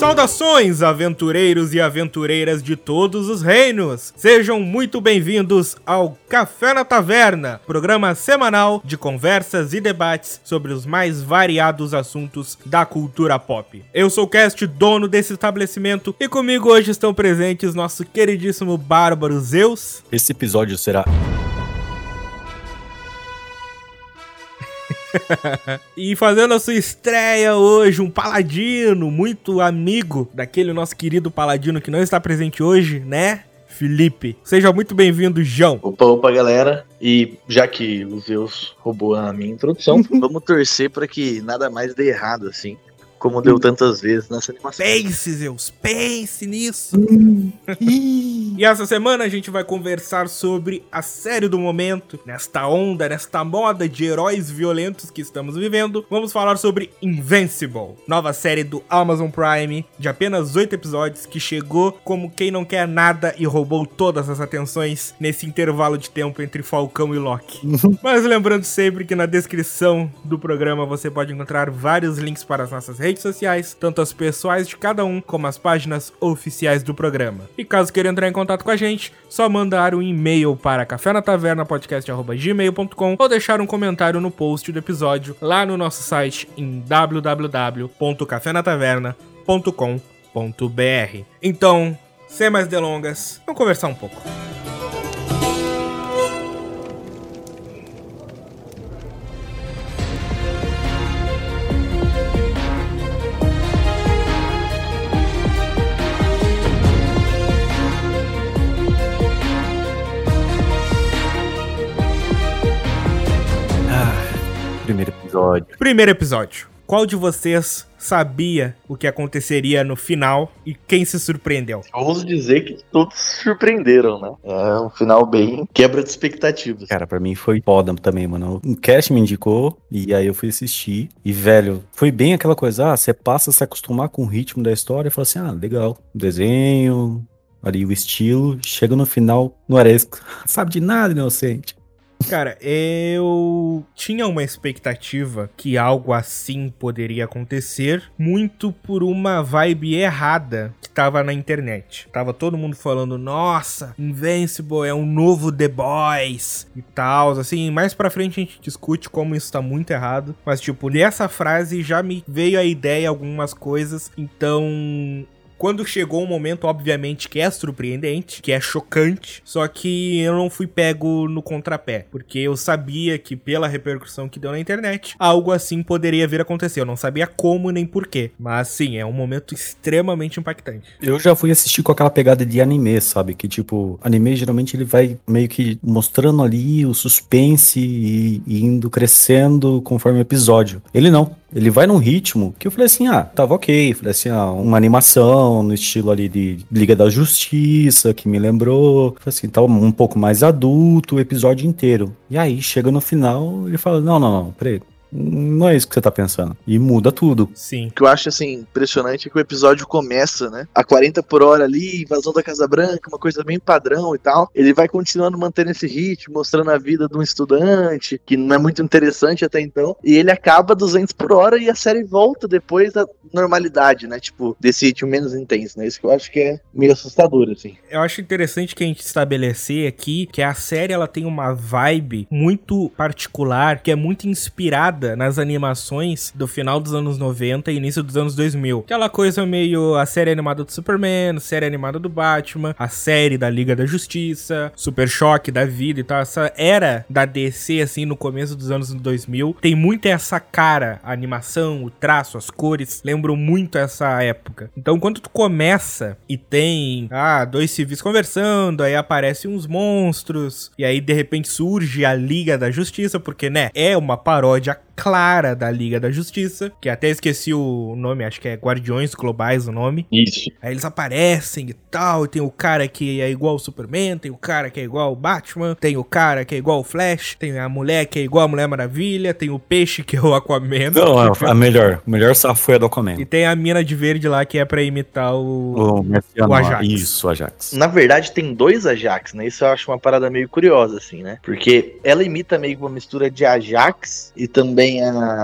Saudações, aventureiros e aventureiras de todos os reinos! Sejam muito bem-vindos ao Café na Taverna, programa semanal de conversas e debates sobre os mais variados assuntos da cultura pop. Eu sou o Cast, dono desse estabelecimento, e comigo hoje estão presentes nosso queridíssimo Bárbaro Zeus. Esse episódio será... E fazendo a sua estreia hoje, um paladino muito amigo daquele nosso querido paladino que não está presente hoje, né? Felipe. Seja muito bem-vindo, João. Opa, galera. E já que o Zeus roubou a minha introdução, vamos torcer para que nada mais dê errado, assim, como deu tantas vezes nessa animação. Pense, Zeus, pense nisso. E essa semana a gente vai conversar sobre a série do momento, nesta onda, nesta moda de heróis violentos que estamos vivendo. Vamos falar sobre Invincible, nova série do Amazon Prime, de apenas 8 episódios, que chegou como quem não quer nada e roubou todas as atenções nesse intervalo de tempo entre Falcão e Loki. Mas lembrando sempre que na descrição do programa você pode encontrar vários links para as nossas redes sociais, tanto as pessoais de cada um, como as páginas oficiais do programa. E caso queira entrar em contato com a gente, só mandar um e-mail para cafenatavernapodcast@gmail.com ou deixar um comentário no post do episódio lá no nosso site em www.cafenataverna.com.br. Então, sem mais delongas, vamos conversar um pouco. Primeiro episódio. Qual de vocês sabia o que aconteceria no final e quem se surpreendeu? Eu ouso dizer que todos se surpreenderam, né? É um final bem quebra de expectativas. Cara, pra mim foi foda também, mano. Um cast me indicou e aí eu fui assistir. E, velho, foi bem aquela coisa, você passa a se acostumar com o ritmo da história e fala assim, legal, o desenho, ali o estilo, chega no final, não era isso, sabe de nada, inocente. Cara, eu tinha uma expectativa que algo assim poderia acontecer, muito por uma vibe errada que tava na internet. Tava todo mundo falando, nossa, Invincible é um novo The Boys e tal, assim, mais pra frente a gente discute como isso tá muito errado, mas tipo, nessa frase já me veio a ideia algumas coisas, então... Quando chegou um momento, obviamente, que é surpreendente, que é chocante, só que eu não fui pego no contrapé, porque eu sabia que, pela repercussão que deu na internet, algo assim poderia vir a acontecer. Eu não sabia como nem porquê, mas sim, é um momento extremamente impactante. Eu já fui assistir com aquela pegada de anime, sabe? Que tipo, anime geralmente ele vai meio que mostrando ali o suspense e indo crescendo conforme o episódio. Ele não. Ele vai num ritmo que eu falei assim, tava ok. Falei assim, uma animação no estilo ali de Liga da Justiça, que me lembrou. Falei assim, tava um pouco mais adulto o episódio inteiro. E aí, chega no final, ele fala, não, peraí. Não é isso que você tá pensando. E muda tudo. Sim. O que eu acho, assim, impressionante é que o episódio começa, né? A 40 por hora ali, invasão da Casa Branca, uma coisa bem padrão e tal. Ele vai continuando mantendo esse ritmo, mostrando a vida de um estudante, que não é muito interessante até então. E ele acaba 200 por hora e a série volta depois da normalidade, né? Tipo, desse ritmo menos intenso, né? Isso que eu acho que é meio assustador, assim. Eu acho interessante que a gente estabelecer aqui que a série, ela tem uma vibe muito particular, que é muito inspirada nas animações do final dos anos 90 e início dos anos 2000. Aquela coisa meio a série animada do Superman, a série animada do Batman, a série da Liga da Justiça, Super Choque da vida e tal. Essa era da DC, assim, no começo dos anos 2000. Tem muito essa cara, a animação, o traço, as cores, lembram muito essa época. Então, quando tu começa e tem, dois civis conversando, aí aparecem uns monstros, e aí, de repente, surge a Liga da Justiça, porque, né, é uma paródia clara da Liga da Justiça, que até esqueci o nome, acho que é Guardiões Globais o nome. Isso. Aí eles aparecem e tal, e tem o cara que é igual o Superman, tem o cara que é igual o Batman, tem o cara que é igual o Flash, tem a mulher que é igual a Mulher Maravilha, tem o peixe que é o Aquaman. Não, a melhor safra foi a do Aquaman. E tem a mina de verde lá que é pra imitar o Ajax. Isso, o Ajax. Na verdade, tem dois Ajax, né? Isso eu acho uma parada meio curiosa, assim, né? Porque ela imita meio uma mistura de Ajax e também Tem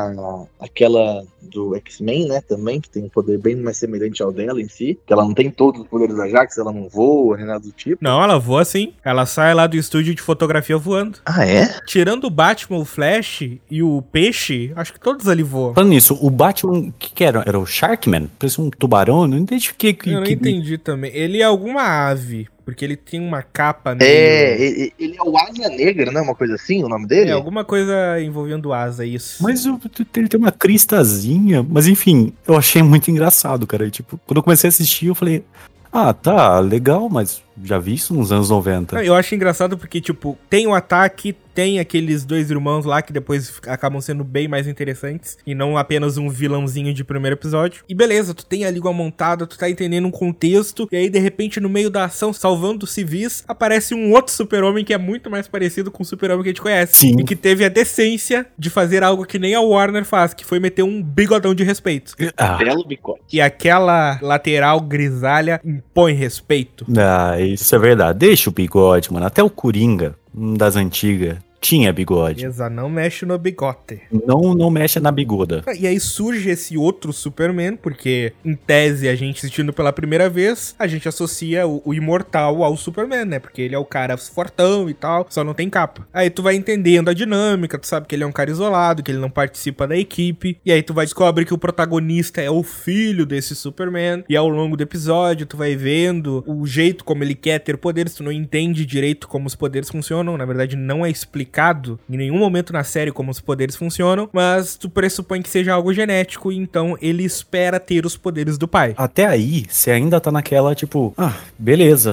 aquela do X-Men, né, também, que tem um poder bem mais semelhante ao dela em si, que ela não tem todos os poderes da Jax, ela não voa, nem nada do tipo. Não, ela voa sim. Ela sai lá do estúdio de fotografia voando. Ah, é? Tirando o Batman, o Flash e o Peixe, acho que todos ali voam. Falando nisso, o Batman, o que era? Era o Sharkman? Parecia um tubarão, eu não identifiquei. Eu não entendi também. Ele é alguma ave, porque ele tem uma capa meio... Ele é o Asa Negra, né, uma coisa assim, o nome dele? É, alguma coisa envolvendo asa, isso. Mas ele tem uma cristazinha, mas enfim, eu achei muito engraçado, cara. E, tipo, quando eu comecei a assistir, eu falei, ah, tá, legal, mas já vi isso nos anos 90. Eu acho engraçado porque, tipo, tem o ataque, tem aqueles dois irmãos lá que depois acabam sendo bem mais interessantes e não apenas um vilãozinho de primeiro episódio. E beleza, tu tem a língua montada, tu tá entendendo um contexto e aí de repente no meio da ação, salvando os civis, aparece um outro super-homem que é muito mais parecido com o super-homem que a gente conhece. Sim. E que teve a decência de fazer algo que nem a Warner faz, que foi meter um bigodão de respeito. Belo bigode. E aquela lateral grisalha impõe respeito. Isso é verdade. Deixa o bigode, mano. Até o Coringa, das antigas, tinha bigode. Beleza, não mexe no bigote. Não mexe na bigoda. E aí surge esse outro Superman, porque em tese a gente assistindo pela primeira vez, a gente associa o imortal ao Superman, né? Porque ele é o cara fortão e tal, só não tem capa. Aí tu vai entendendo a dinâmica, tu sabe que ele é um cara isolado, que ele não participa da equipe, e aí tu vai descobrir que o protagonista é o filho desse Superman, e ao longo do episódio tu vai vendo o jeito como ele quer ter poderes, tu não entende direito como os poderes funcionam, na verdade não é explicado em nenhum momento na série como os poderes funcionam, mas tu pressupõe que seja algo genético, e então ele espera ter os poderes do pai. Até aí, você ainda tá naquela, tipo, beleza,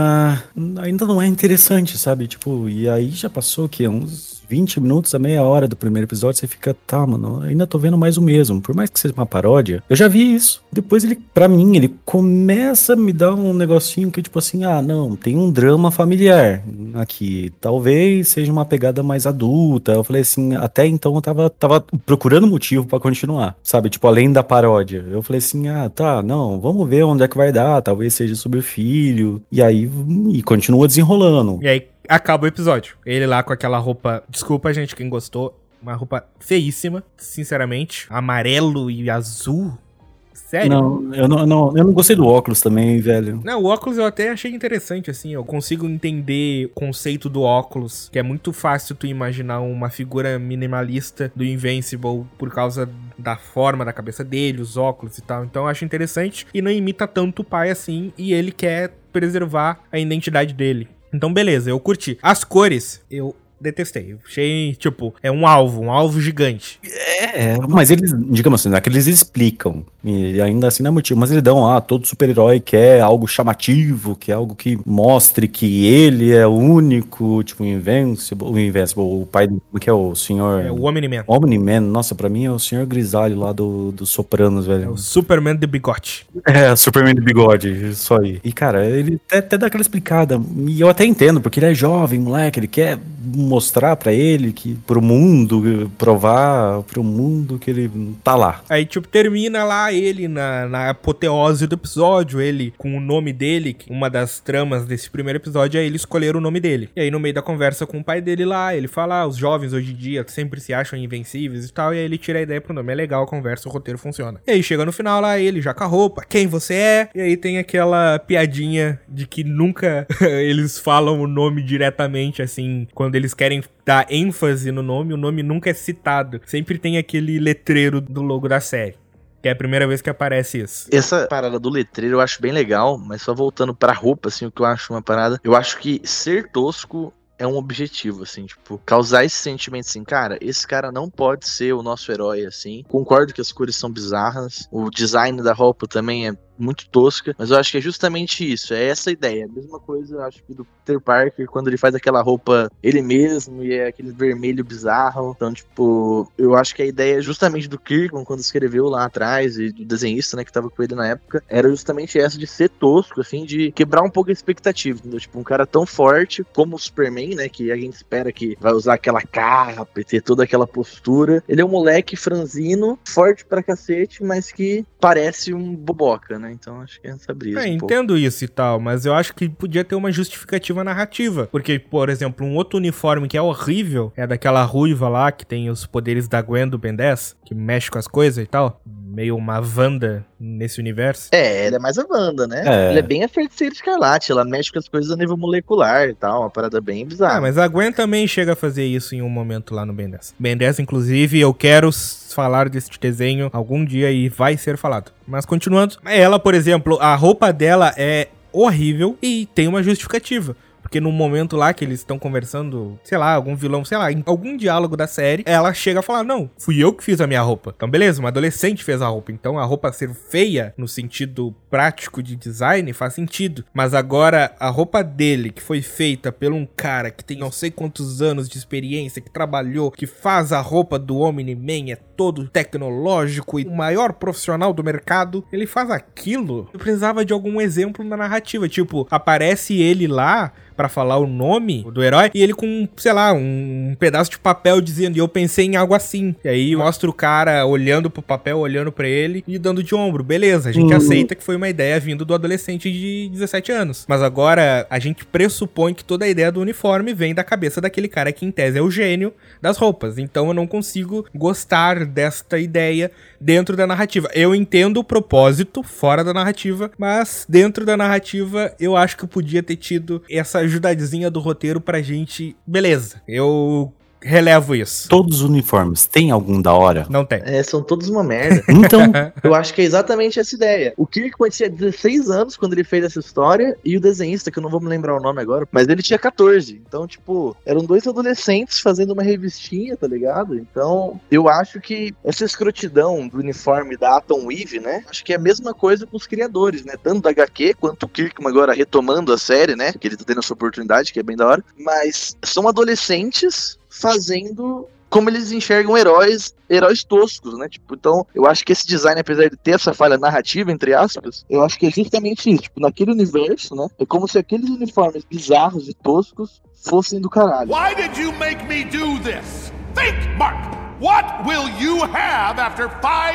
ainda não é interessante, sabe? Tipo, e aí já passou o quê? Uns 20 minutos a meia hora do primeiro episódio, você fica, tá, mano, ainda tô vendo mais o mesmo. Por mais que seja uma paródia, eu já vi isso. Depois ele, pra mim, ele começa a me dar um negocinho que, tipo assim, não, tem um drama familiar aqui. Talvez seja uma pegada mais adulta. Eu falei assim, até então eu tava procurando motivo pra continuar, sabe? Tipo, além da paródia. Eu falei assim, tá, não, vamos ver onde é que vai dar. Talvez seja sobre o filho. E aí, continua desenrolando. E aí, acaba o episódio. Ele lá com aquela roupa... Desculpa, gente, quem gostou. Uma roupa feíssima, sinceramente. Amarelo e azul. Sério? Não, eu não gostei do óculos também, velho. Não, o óculos eu até achei interessante, assim. Eu consigo entender o conceito do óculos. Que é muito fácil tu imaginar uma figura minimalista do Invincible por causa da forma da cabeça dele, os óculos e tal. Então eu acho interessante. E não imita tanto o pai assim. E ele quer preservar a identidade dele. Então, beleza, eu curti. As cores, eu detestei. Eu achei, tipo, é um alvo gigante. Mas eles, digamos assim, que eles explicam, e ainda assim não é motivo, mas eles dão, todo super-herói quer algo chamativo, que é algo que mostre que ele é o único, tipo, o Invincible, o pai do, que é o senhor... É o Omni-Man. Omni-Man, nossa, pra mim é o senhor grisalho lá do Sopranos, velho. É o Superman de bigode. É, Superman de bigode, isso aí. E, cara, ele até dá aquela explicada, e eu até entendo, porque ele é jovem, moleque, ele quer mostrar pra ele, que pro mundo, provar pro mundo que ele tá lá. Aí, tipo, termina lá ele na apoteose do episódio, ele com o nome dele, uma das tramas desse primeiro episódio é ele escolher o nome dele. E aí, no meio da conversa com o pai dele lá, ele fala, os jovens hoje em dia sempre se acham invencíveis e tal, e aí ele tira a ideia pro nome. É legal a conversa, o roteiro funciona. E aí, chega no final lá, ele já com a roupa, quem você é? E aí tem aquela piadinha de que nunca eles falam o nome diretamente, assim, quando eles querem dar ênfase no nome, o nome nunca é citado. Sempre tem aquele letreiro do logo da série. Que é a primeira vez que aparece isso. Essa parada do letreiro eu acho bem legal, mas só voltando pra roupa, assim, o que eu acho uma parada... Eu acho que ser tosco é um objetivo, assim, tipo, causar esse sentimento, assim, cara, esse cara não pode ser o nosso herói, assim. Concordo que as cores são bizarras, o design da roupa também é muito tosca, mas eu acho que é justamente isso, é essa ideia. A mesma coisa, eu acho que do Peter Parker, quando ele faz aquela roupa ele mesmo, e é aquele vermelho bizarro. Então, tipo, eu acho que a ideia justamente do Kirkman, quando escreveu lá atrás, e do desenhista, né, que tava com ele na época, era justamente essa de ser tosco, assim, de quebrar um pouco a expectativa, entendeu? Tipo, um cara tão forte como o Superman, né, que a gente espera que vai usar aquela capa e ter toda aquela postura. Ele é um moleque franzino, forte pra cacete, mas que parece um boboca, né? né? Então acho que é essa brisa um pouco. Entendo isso e tal, mas eu acho que podia ter uma justificativa narrativa. Porque, por exemplo, um outro uniforme que é horrível é daquela ruiva lá que tem os poderes da Gwen do Ben 10, que mexe com as coisas e tal. Meio uma Wanda nesse universo. Ela é mais a Wanda, né? Ela é bem a Feiticeira Escarlate, ela mexe com as coisas a nível molecular e tal, uma parada bem bizarra. Mas a Gwen também chega a fazer isso em um momento lá no Ben 10. Ben 10, inclusive, eu quero falar desse desenho algum dia e vai ser falado. Mas continuando, ela, por exemplo, a roupa dela é horrível e tem uma justificativa. Porque no momento lá que eles estão conversando, sei lá, algum vilão, sei lá, em algum diálogo da série, ela chega a falar, não, fui eu que fiz a minha roupa. Então beleza, uma adolescente fez a roupa. Então a roupa ser feia, no sentido prático de design, faz sentido. Mas agora, a roupa dele, que foi feita por um cara que tem não sei quantos anos de experiência, que trabalhou, que faz a roupa do Omni-Man, é todo tecnológico e o maior profissional do mercado, ele faz aquilo. Eu precisava de algum exemplo na narrativa. Tipo, aparece ele lá pra falar o nome do herói, e ele com, sei lá, um pedaço de papel dizendo, e eu pensei em algo assim. E aí mostra o cara olhando pro papel, olhando pra ele e dando de ombro. Beleza, a gente aceita que foi uma ideia vindo do adolescente de 17 anos. Mas agora a gente pressupõe que toda a ideia do uniforme vem da cabeça daquele cara que em tese é o gênio das roupas. Então eu não consigo gostar desta ideia dentro da narrativa. Eu entendo o propósito fora da narrativa, mas dentro da narrativa eu acho que eu podia ter tido essa ajudadezinha do roteiro pra gente. Beleza, eu relevo isso. Todos os uniformes, tem algum da hora? Não tem. São todos uma merda. Então, eu acho que é exatamente essa ideia. O Kirkman tinha 16 anos quando ele fez essa história, e o desenhista, que eu não vou me lembrar o nome agora, mas ele tinha 14. Então, tipo, eram dois adolescentes fazendo uma revistinha, tá ligado? Então, eu acho que essa escrotidão do uniforme da Atom Eve, né? Acho que é a mesma coisa com os criadores, né? Tanto da HQ, quanto o Kirkman agora retomando a série, né? Que ele tá tendo essa oportunidade, que é bem da hora. Mas são adolescentes fazendo como eles enxergam heróis toscos, né? Tipo, então, eu acho que esse design, apesar de ter essa falha narrativa, entre aspas, eu acho que é justamente isso. Tipo, naquele universo, né? É como se aqueles uniformes bizarros e toscos fossem do caralho. Why did you make me do this? Think, Mark! What will you have after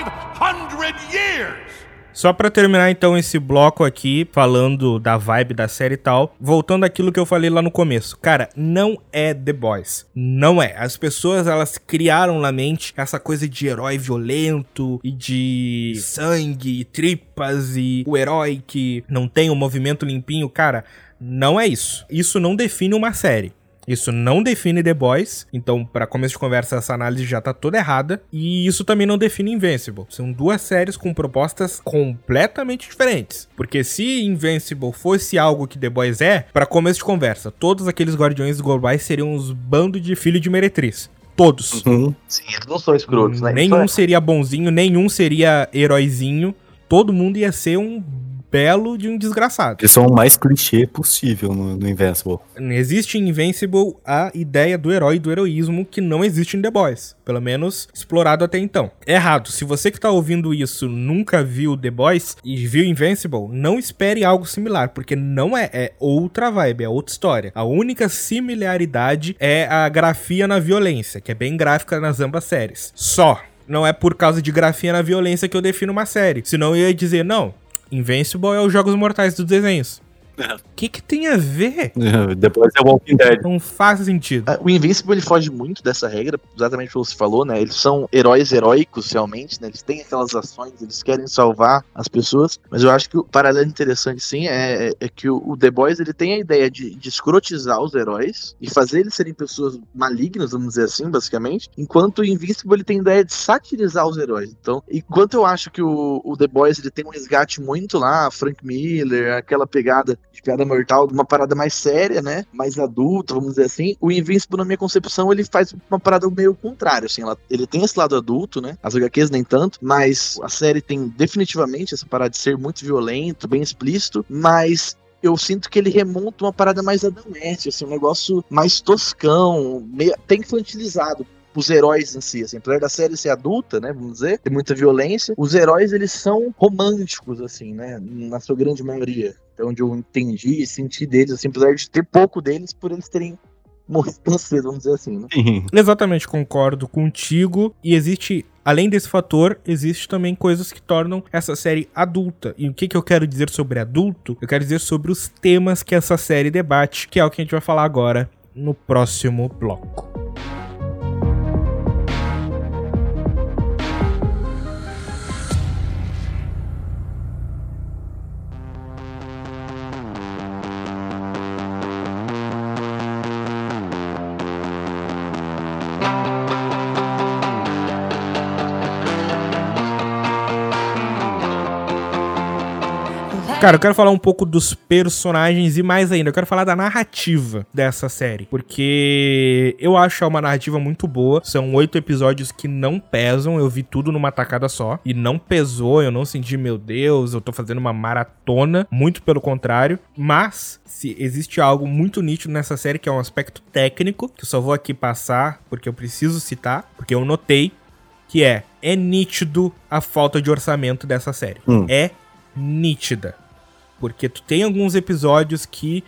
500 years? Só pra terminar então esse bloco aqui, falando da vibe da série e tal, voltando àquilo que eu falei lá no começo. Cara, não é The Boys. Não é. As pessoas, elas criaram na mente essa coisa de herói violento e de sangue e tripas e o herói que não tem um movimento limpinho. Cara, não é isso. Isso não define uma série. Isso não define The Boys, então pra começo de conversa essa análise já tá toda errada, e isso também não define Invincible. São duas séries com propostas completamente diferentes, porque se Invincible fosse algo que The Boys é, pra começo de conversa, todos aqueles Guardiões Globais seriam uns bandos de filho de meretriz. Todos. Uhum. Sim, eles não são escrotos, né? Nenhum seria bonzinho, nenhum seria heróizinho, todo mundo ia ser um belo de um desgraçado. Eles são o mais clichê possível no Invincible. Existe em Invincible a ideia do herói e do heroísmo que não existe em The Boys. Pelo menos explorado até então. Errado. Se você que tá ouvindo isso nunca viu The Boys e viu Invincible, não espere algo similar, porque não é. É outra vibe, é outra história. A única similaridade é a grafia na violência, que é bem gráfica nas ambas séries. Só. Não é por causa de grafia na violência que eu defino uma série. Senão eu ia dizer, não, Invincible é os Jogos Mortais dos desenhos. O que tem a ver? Depois é Walking Dead. Não faz sentido. O Invincible, ele foge muito dessa regra, exatamente como você falou, né? Eles são heróis heróicos, realmente, né? Eles têm aquelas ações, eles querem salvar as pessoas, mas eu acho que o paralelo interessante, sim, é que o The Boys, ele tem a ideia de escrotizar os heróis e fazer eles serem pessoas malignas, vamos dizer assim, basicamente, enquanto o Invincible, ele tem a ideia de satirizar os heróis. Então, enquanto eu acho que o The Boys, ele tem um resgate muito lá, Frank Miller, aquela pegada de piada mortal, uma parada mais séria, né, mais adulta, vamos dizer assim, o Invincible, na minha concepção, ele faz uma parada meio contrária, assim, ele tem esse lado adulto, né, as HQs nem tanto, mas a série tem definitivamente essa parada de ser muito violento, bem explícito, mas eu sinto que ele remonta uma parada mais adolescente, assim, um negócio mais toscão, meio, até infantilizado. Os heróis em si, assim, apesar da série ser adulta, né, vamos dizer, tem muita violência, os heróis, eles são românticos, assim, né, na sua grande maioria, onde eu entendi e senti deles, assim, apesar de ter pouco deles, por eles terem morrer tão cedo, vamos dizer assim, né? Sim. Exatamente, concordo contigo. E existe, além desse fator, existe também coisas que tornam essa série adulta. E o que eu quero dizer sobre adulto? Eu quero dizer sobre os temas que essa série debate, que é o que a gente vai falar agora no próximo bloco. Cara, eu quero falar um pouco dos personagens e mais ainda, eu quero falar da narrativa dessa série. Porque eu acho uma narrativa muito boa. São 8 episódios que não pesam. Eu vi tudo numa tacada só. E não pesou, eu não senti, meu Deus, eu tô fazendo uma maratona. Muito pelo contrário. Mas, se existe algo muito nítido nessa série, que é um aspecto técnico, que eu só vou aqui passar porque eu preciso citar, porque eu notei, que é nítido a falta de orçamento dessa série. É nítida. Porque tu tem alguns episódios que...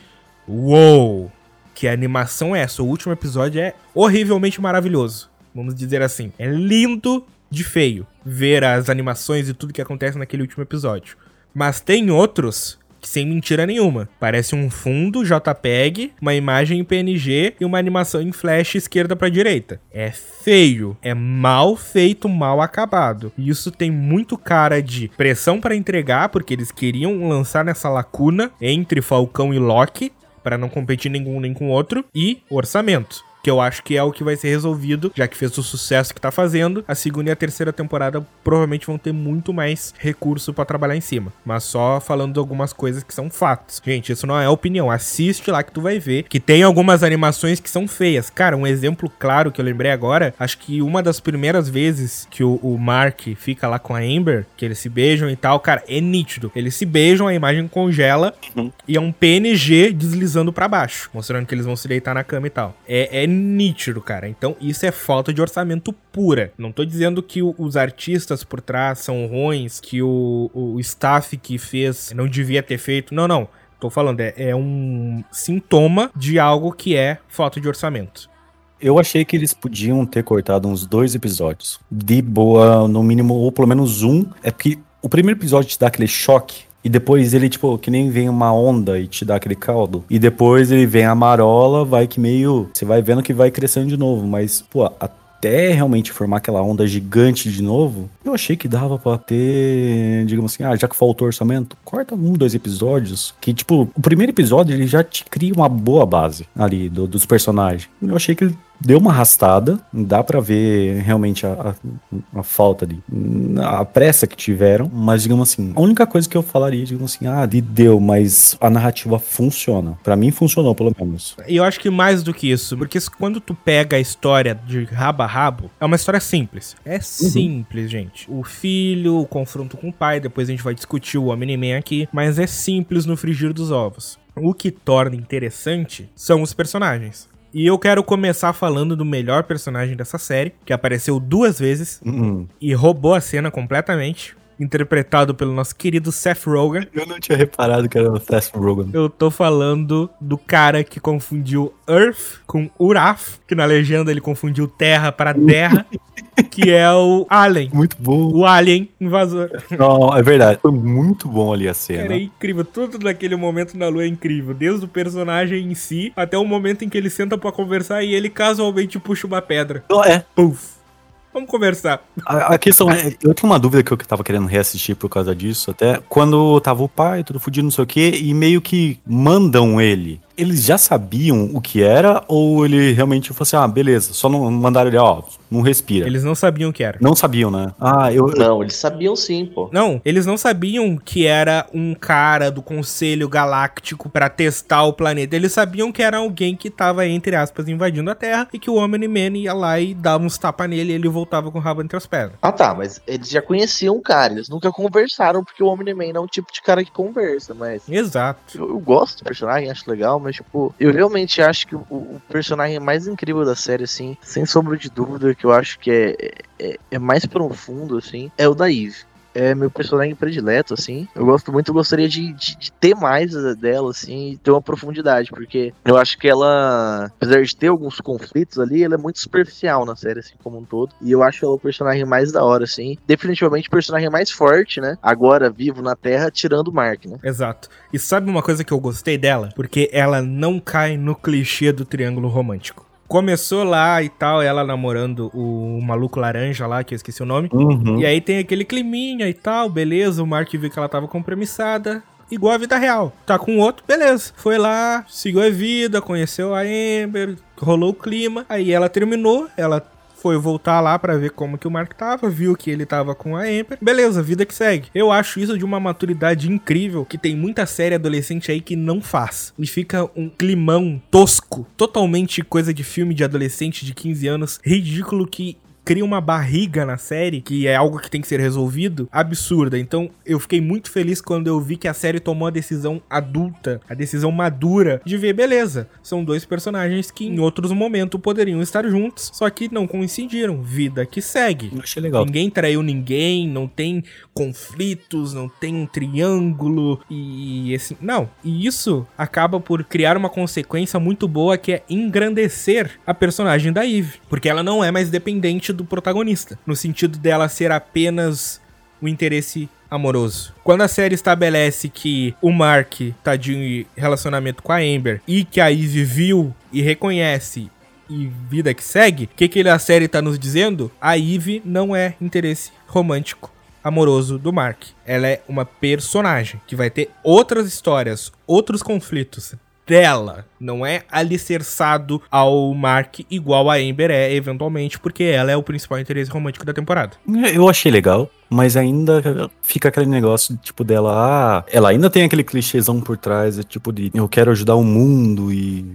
Uou! Que a animação é essa. O último episódio é horrivelmente maravilhoso. Vamos dizer assim. É lindo de feio ver as animações e tudo que acontece naquele último episódio. Mas tem outros que sem mentira nenhuma. Parece um fundo JPEG, uma imagem em PNG e uma animação em flash esquerda pra direita. É feio, é mal feito, mal acabado. E isso tem muito cara de pressão pra entregar, porque eles queriam lançar nessa lacuna entre Falcão e Loki, pra não competir nenhum nem com o outro, e orçamento. Que eu acho que é o que vai ser resolvido, já que fez o sucesso que tá fazendo. A segunda e a terceira temporada provavelmente vão ter muito mais recurso pra trabalhar em cima. Mas só falando de algumas coisas que são fatos. Gente, isso não é opinião. Assiste lá que tu vai ver que tem algumas animações que são feias. Cara, um exemplo claro que eu lembrei agora, acho que uma das primeiras vezes que o Mark fica lá com a Amber, que eles se beijam e tal, cara, é nítido. Eles se beijam, a imagem congela e é um PNG deslizando pra baixo, mostrando que eles vão se deitar na cama e tal. É nítido, cara. Então isso é falta de orçamento pura. Não tô dizendo que os artistas por trás são ruins, que o staff que fez não devia ter feito. Não. Tô falando, é um sintoma de algo que é falta de orçamento. Eu achei que eles podiam ter cortado uns 2 episódios. De boa, no mínimo, ou pelo menos um. É porque o primeiro episódio te dá aquele choque. E depois ele, tipo, que nem vem uma onda e te dá aquele caldo. E depois ele vem a marola, vai que meio... Você vai vendo que vai crescendo de novo. Mas, pô, até realmente formar aquela onda gigante de novo, eu achei que dava pra ter, digamos assim, já que faltou orçamento, corta 1, 2 episódios. Que, tipo, o primeiro episódio ele já te cria uma boa base ali dos personagens. Eu achei que ele deu uma arrastada, dá pra ver realmente a falta ali, a pressa que tiveram, mas digamos assim, a única coisa que eu falaria, digamos assim, deu, mas a narrativa funciona. Pra mim funcionou, pelo menos. E eu acho que mais do que isso, porque quando tu pega a história de rabo a rabo, é uma história simples. É simples, gente. O filho, o confronto com o pai, depois a gente vai discutir o Omni-Man aqui, mas é simples no frigir dos ovos. O que torna interessante são os personagens. E eu quero começar falando do melhor personagem dessa série, que apareceu 2 vezes e roubou a cena completamente, interpretado pelo nosso querido Seth Rogen. Eu não tinha reparado que era o Seth Rogen. Eu tô falando do cara que confundiu Earth com Uraf, que na legenda ele confundiu terra para terra, que é o Alien. Muito bom. O Alien invasor. Não, é verdade. Foi muito bom ali a cena. Cara, é incrível. Tudo naquele momento na lua é incrível. Desde o personagem em si, até o momento em que ele senta pra conversar e ele casualmente puxa uma pedra. Puf. Vamos conversar. A questão é, eu tinha uma dúvida que eu tava querendo reassistir por causa disso, até quando tava o pai, tudo fudido, não sei o quê, e meio que mandam ele. Eles já sabiam o que era, ou ele realmente falou assim, beleza, só não mandaram ele, não respira. Eles não sabiam o que era. Não sabiam, né? Não, eles sabiam sim, pô. Não, eles não sabiam que era um cara do Conselho Galáctico pra testar o planeta. Eles sabiam que era alguém que tava, entre aspas, invadindo a Terra e que o Omni-Man ia lá e dava uns tapas nele e ele voltava com o rabo entre as pernas. Tá, mas eles já conheciam o cara, eles nunca conversaram, porque o Omni-Man não é um tipo de cara que conversa, mas... Exato. Eu gosto do personagem, acho legal, mas, tipo, eu realmente acho que o personagem mais incrível da série, assim, sem sombra de dúvida, que eu acho que é mais profundo, assim, é o da Eve. é meu personagem predileto, assim. Eu gosto muito, eu gostaria de ter mais dela, assim, e ter uma profundidade, porque eu acho que ela, apesar de ter alguns conflitos ali, ela é muito superficial na série, assim, como um todo. E eu acho ela o personagem mais da hora, assim. Definitivamente o personagem mais forte, né? Agora vivo na Terra, tirando o Mark, né? Exato. E sabe uma coisa que eu gostei dela? Porque ela não cai no clichê do triângulo romântico. Começou lá e tal, ela namorando o maluco laranja lá, que eu esqueci o nome. Uhum. E aí tem aquele climinha e tal, beleza. O Mark viu que ela tava compromissada. Igual a vida real. Tá com outro, beleza. Foi lá, seguiu a vida, conheceu a Amber, rolou o clima. Aí ela terminou, ela foi voltar lá pra ver como que o Mark tava, viu que ele tava com a Amber. Beleza, vida que segue. Eu acho isso de uma maturidade incrível, que tem muita série adolescente aí que não faz. E fica um climão tosco, totalmente coisa de filme de adolescente de 15 anos, ridículo, que cria uma barriga na série, que é algo que tem que ser resolvido, absurda. Então eu fiquei muito feliz quando eu vi que a série tomou a decisão adulta, a decisão madura de ver, beleza, são dois personagens que em outros momentos poderiam estar juntos, só que não coincidiram. Vida que segue. Eu achei legal. Ninguém traiu ninguém, não tem conflitos, não tem um triângulo e assim, não. E isso acaba por criar uma consequência muito boa, que é engrandecer a personagem da Eve, porque ela não é mais dependente do protagonista, no sentido dela ser apenas o interesse amoroso. Quando a série estabelece que o Mark tá de relacionamento com a Amber e que a Eve viu e reconhece e vida que segue, o que a série tá nos dizendo? A Eve não é interesse romântico amoroso do Mark. Ela é uma personagem que vai ter outras histórias, outros conflitos dela. Não é alicerçado ao Mark igual a Amber é, eventualmente, porque ela é o principal interesse romântico da temporada. Eu achei legal, mas ainda fica aquele negócio, tipo, dela... ela ainda tem aquele clichêzão por trás, tipo de eu quero ajudar o mundo e...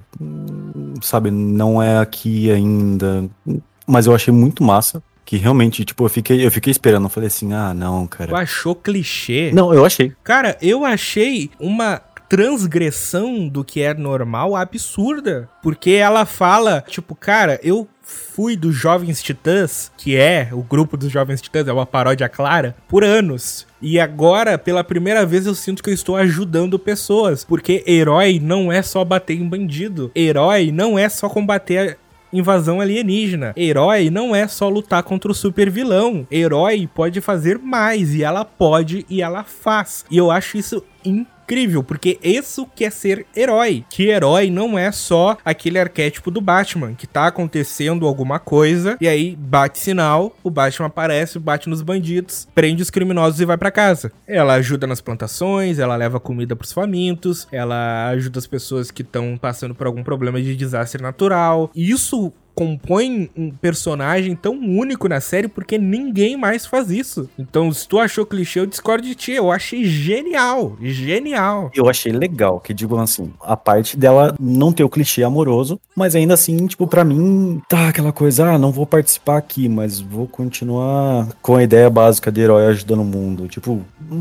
sabe, não é aqui ainda. Mas eu achei muito massa. Que realmente, tipo, eu fiquei esperando. Eu falei assim, não, cara. Tu achou clichê? Não, eu achei. Cara, eu achei uma transgressão do que é normal absurda. Porque ela fala, tipo, cara, eu fui dos Jovens Titãs, que é o grupo dos Jovens Titãs, é uma paródia clara, por anos. E agora, pela primeira vez, eu sinto que eu estou ajudando pessoas. Porque herói não é só bater em bandido. Herói não é só combater invasão alienígena. Herói não é só lutar contra o super vilão. Herói pode fazer mais, e ela pode e ela faz. E eu acho isso incrível, porque isso que é ser herói. Que herói não é só aquele arquétipo do Batman, que tá acontecendo alguma coisa, e aí bate sinal, o Batman aparece, bate nos bandidos, prende os criminosos e vai pra casa. Ela ajuda nas plantações, ela leva comida pros famintos, ela ajuda as pessoas que estão passando por algum problema de desastre natural. E isso compõe um personagem tão único na série, porque ninguém mais faz isso. Então, se tu achou clichê, eu discordo de ti. Eu achei genial. Genial. Eu achei legal, que digo assim, a parte dela não ter o clichê amoroso, mas ainda assim, tipo, pra mim, tá aquela coisa, não vou participar aqui, mas vou continuar com a ideia básica de herói ajudando o mundo. Tipo,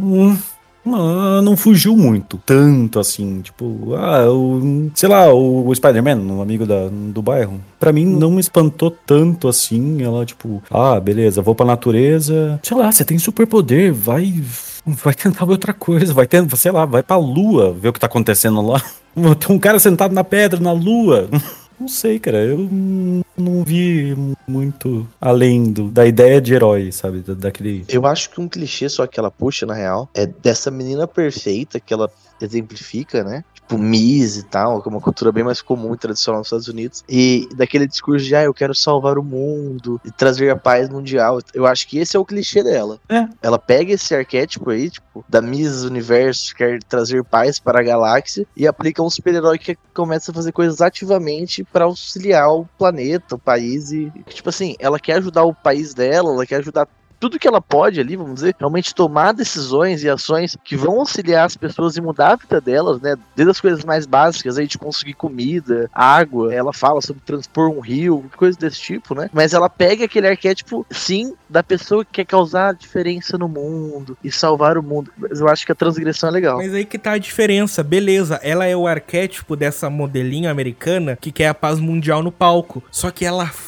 não fugiu muito, tanto assim, tipo, sei lá, o Spider-Man, um amigo do bairro, pra mim não me espantou tanto assim. Ela tipo, beleza, vou pra natureza, sei lá, você tem superpoder, vai tentar ver outra coisa, vai pra lua, ver o que tá acontecendo lá. Tem um cara sentado na pedra, na lua. Não sei, cara, eu não vi muito além da ideia de herói, sabe, daquele... Eu acho que um clichê só que ela puxa, na real, é dessa menina perfeita que ela exemplifica, né? Tipo, Miss e tal, que é uma cultura bem mais comum e tradicional nos Estados Unidos. E daquele discurso de, eu quero salvar o mundo e trazer a paz mundial. Eu acho que esse é o clichê dela. Ela pega esse arquétipo aí, tipo, da Miss Universo, que quer trazer paz para a galáxia, e aplica um super-herói que começa a fazer coisas ativamente para auxiliar o planeta, o país. E, tipo assim, ela quer ajudar o país dela, ela quer ajudar tudo que ela pode ali, vamos dizer, realmente tomar decisões e ações que vão auxiliar as pessoas e mudar a vida delas, né? Desde as coisas mais básicas aí de conseguir comida, água, ela fala sobre transpor um rio, coisas desse tipo, né? Mas ela pega aquele arquétipo, sim, da pessoa que quer causar diferença no mundo e salvar o mundo. Mas eu acho que a transgressão é legal. Mas aí que tá a diferença, beleza, ela é o arquétipo dessa modelinha americana que quer a paz mundial no palco, só que ela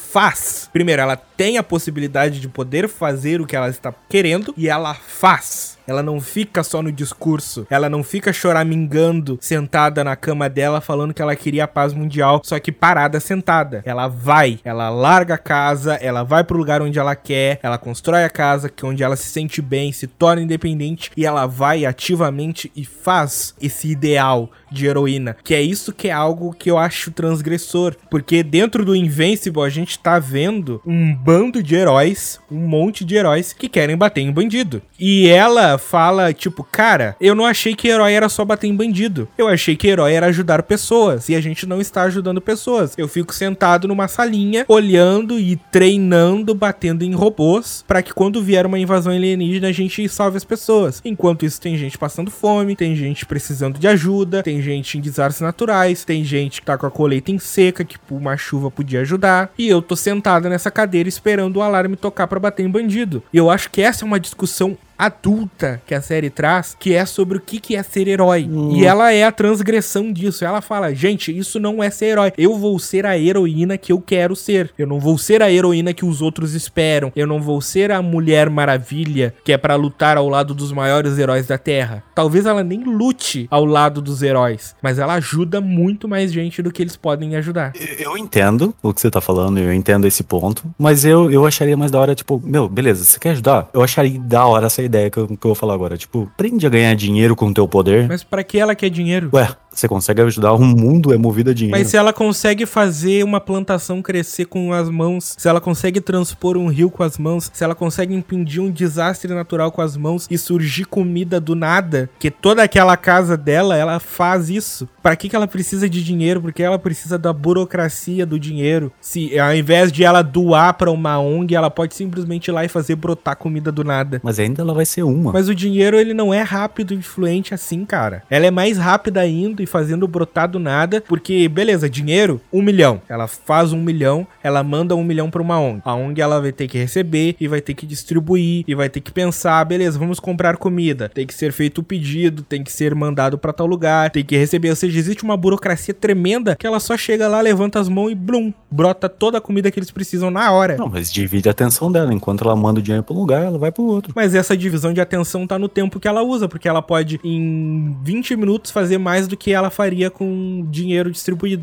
faz. Primeiro, ela tem a possibilidade de poder fazer o que ela está querendo e ela faz. Ela não fica só no discurso. Ela não fica choramingando sentada na cama dela falando que ela queria a paz mundial, só que parada sentada. Ela vai, ela larga a casa, ela vai pro lugar onde ela quer, ela constrói a casa onde ela se sente bem, se torna independente e ela vai ativamente e faz esse ideal de heroína, que é isso que é algo que eu acho transgressor, porque dentro do Invincible a gente tá vendo um bando de heróis, um monte de heróis que querem bater em bandido. E ela fala, tipo, cara, eu não achei que herói era só bater em bandido. Eu achei que herói era ajudar pessoas. E a gente não está ajudando pessoas. Eu fico sentado numa salinha, olhando e treinando, batendo em robôs, pra que quando vier uma invasão alienígena, a gente salve as pessoas. Enquanto isso, tem gente passando fome, tem gente precisando de ajuda, tem gente em desastres naturais, tem gente que tá com a colheita em seca, que uma chuva podia ajudar. E eu tô sentado nessa cadeira esperando o alarme tocar pra bater em bandido. E eu acho que essa é uma discussão adulta que a série traz, que é sobre o que é ser herói. E ela é a transgressão disso. Ela fala, gente, isso não é ser herói. Eu vou ser a heroína que eu quero ser. Eu não vou ser a heroína que os outros esperam. Eu não vou ser a Mulher Maravilha, que é pra lutar ao lado dos maiores heróis da Terra. Talvez ela nem lute ao lado dos heróis, mas ela ajuda muito mais gente do que eles podem ajudar. Eu entendo o que você tá falando, eu entendo esse ponto, mas eu acharia mais da hora, tipo, meu, beleza, você quer ajudar? Eu acharia da hora essa ideia que eu vou falar agora. Tipo, aprende a ganhar dinheiro com o teu poder. Mas pra que ela quer dinheiro? Ué, você consegue ajudar, o mundo é movido a dinheiro. Mas se ela consegue fazer uma plantação crescer com as mãos, se ela consegue transpor um rio com as mãos, se ela consegue impedir um desastre natural com as mãos e surgir comida do nada, que toda aquela casa dela, ela faz isso. Pra que ela precisa de dinheiro? Porque ela precisa da burocracia do dinheiro. Se ao invés de ela doar pra uma ONG, ela pode simplesmente ir lá e fazer brotar comida do nada. Mas ainda ela vai ser uma. Mas o dinheiro, ele não é rápido e influente assim, cara. Ela é mais rápida indo e fazendo brotar do nada, porque, beleza, dinheiro, 1 milhão. Ela faz 1 milhão, ela manda 1 milhão pra uma ONG. A ONG, ela vai ter que receber e vai ter que distribuir e vai ter que pensar, beleza, vamos comprar comida. Tem que ser feito o pedido, tem que ser mandado pra tal lugar, tem que receber. Ou seja, existe uma burocracia tremenda que ela só chega lá, levanta as mãos e blum, brota toda a comida que eles precisam na hora. Não, mas divide a atenção dela. Enquanto ela manda o dinheiro pra um lugar, ela vai pro outro. Mas essa divisão de atenção tá no tempo que ela usa, porque ela pode, em 20 minutos, fazer mais do que ela faria com dinheiro distribuído.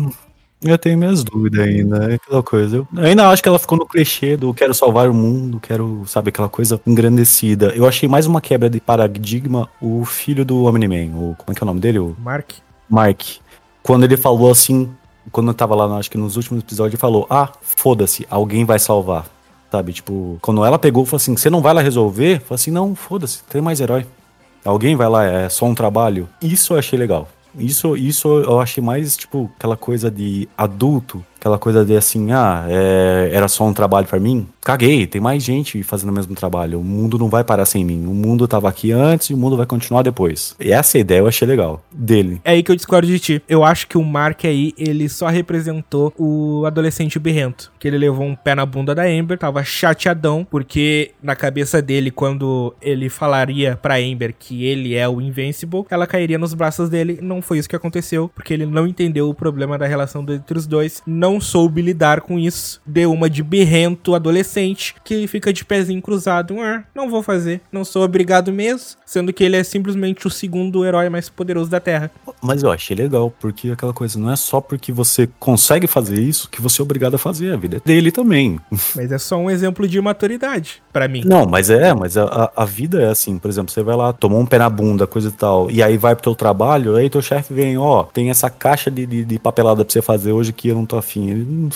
Eu tenho minhas dúvidas ainda, é aquela coisa. Eu ainda acho que ela ficou no clichê do quero salvar o mundo, quero, sabe, aquela coisa engrandecida. Eu achei mais uma quebra de paradigma o filho do Omni-Man, como é que é o nome dele? O Mark. Quando ele falou assim, quando eu tava lá, acho que nos últimos episódios, ele falou, foda-se, alguém vai salvar. Sabe, tipo, quando ela pegou e falou assim, você não vai lá resolver? Falei assim, não, foda-se, tem mais herói. Alguém vai lá, é só um trabalho. Isso eu achei legal. Isso eu achei mais, tipo, aquela coisa de adulto, aquela coisa de assim, era só um trabalho pra mim. Caguei, tem mais gente fazendo o mesmo trabalho. O mundo não vai parar sem mim. O mundo tava aqui antes e o mundo vai continuar depois. E essa ideia eu achei legal, dele. É aí que eu discordo de ti. Eu acho que o Mark aí, ele só representou o adolescente birrento. Que ele levou um pé na bunda da Amber, tava chateadão, porque na cabeça dele, quando ele falaria pra Amber que ele é o Invincible, ela cairia nos braços dele. Não foi isso que aconteceu, porque ele não entendeu o problema da relação entre os dois, não soube lidar com isso, deu uma de birrento adolescente, que fica de pezinho cruzado, não vou fazer, não sou obrigado mesmo, sendo que ele é simplesmente o segundo herói mais poderoso da Terra. Mas eu achei legal, porque aquela coisa, não é só porque você consegue fazer isso que você é obrigado a fazer, a vida é dele também. Mas é só um exemplo de maturidade, pra mim. Não, mas a vida é assim, por exemplo, você vai lá, tomou um pé na bunda, coisa e tal, e aí vai pro teu trabalho, aí teu chefe vem, tem essa caixa de papelada pra você fazer hoje que eu não tô afim. Ele,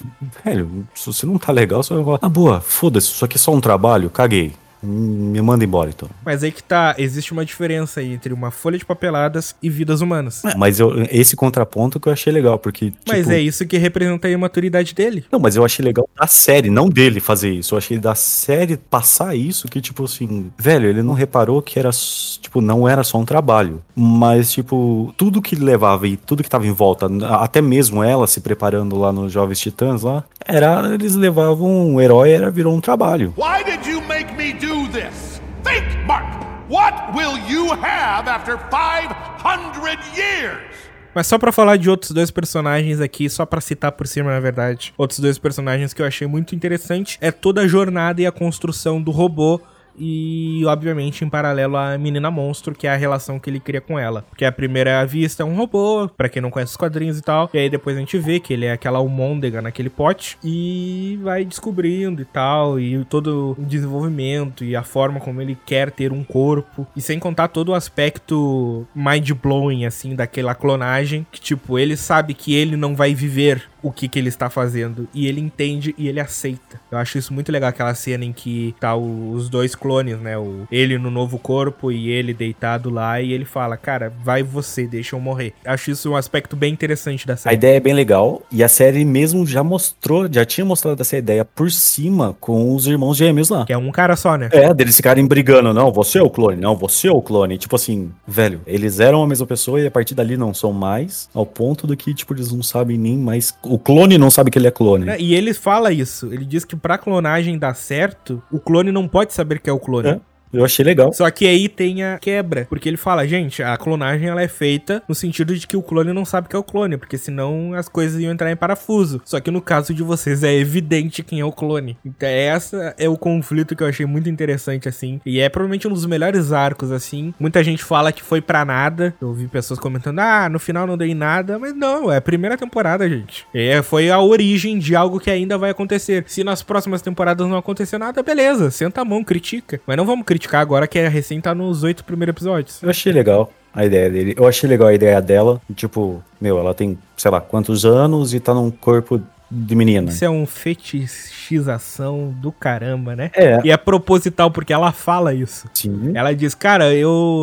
velho, se você não tá legal, você vai falar, boa, foda-se, isso aqui é só um trabalho, caguei. Me manda embora, então. Mas aí que tá, existe uma diferença aí entre uma folha de papeladas e vidas humanas. Mas esse contraponto que eu achei legal, porque... Mas é isso que representa a imaturidade dele. Não, mas eu achei legal da série, não dele fazer isso. Eu achei da série passar isso, que tipo assim... Velho, ele não reparou que era, tipo, não era só um trabalho. Mas, tipo, tudo que levava e tudo que tava em volta, até mesmo ela se preparando lá nos Jovens Titãs lá, eles levavam um herói, virou um trabalho. Why did you make me do this? Think, Mark! What will you have after 500 years? Mas só pra falar de outros dois personagens aqui, só pra citar por cima, na verdade, outros dois personagens que eu achei muito interessante, é toda a jornada e a construção do robô, e, obviamente, em paralelo à menina monstro, que é a relação que ele cria com ela. Porque a primeira vista é um robô, pra quem não conhece os quadrinhos e tal. E aí depois a gente vê que ele é aquela almôndega naquele pote. E vai descobrindo e tal. E todo o desenvolvimento e a forma como ele quer ter um corpo. E sem contar todo o aspecto mind-blowing, assim, daquela clonagem. Que, tipo, ele sabe que ele não vai viver o que ele está fazendo. E ele entende e ele aceita. Eu acho isso muito legal, aquela cena em que tá os dois clones, né? Ele no novo corpo e ele deitado lá. E ele fala, cara, vai você, deixa eu morrer. Acho isso um aspecto bem interessante da série. A ideia é bem legal. E a série mesmo já tinha mostrado essa ideia por cima com os irmãos gêmeos lá. Que é um cara só, né? É, deles ficarem brigando. Não, você é o clone. Não, você é o clone. Tipo assim, velho, eles eram a mesma pessoa e a partir dali não são mais. Ao ponto do que, tipo, eles não sabem nem mais... O clone não sabe que ele é clone. E ele fala isso. Ele diz que pra clonagem dar certo, o clone não pode saber que é o clone. É. Eu achei legal. Só que aí tem a quebra, porque ele fala, gente, a clonagem ela é feita no sentido de que o clone não sabe que é o clone, porque senão as coisas iam entrar em parafuso. Só que no caso de vocês é evidente quem é o clone. Então essa é o conflito que eu achei muito interessante, assim, e é provavelmente um dos melhores arcos, assim. Muita gente fala que foi pra nada, eu ouvi pessoas comentando, no final não deu em nada, mas não, é a primeira temporada, gente. Foi a origem de algo que ainda vai acontecer. Se nas próximas temporadas não acontecer nada, beleza, senta a mão, critica. Mas não vamos criticar agora que a recém tá nos 8 primeiros episódios. Eu achei legal a ideia dele. Eu achei legal a ideia dela. Tipo, ela tem, sei lá, quantos anos e tá num corpo de menina. Isso é um fetichização do caramba, né? É. E é proposital, porque ela fala isso. Sim. Ela diz, cara,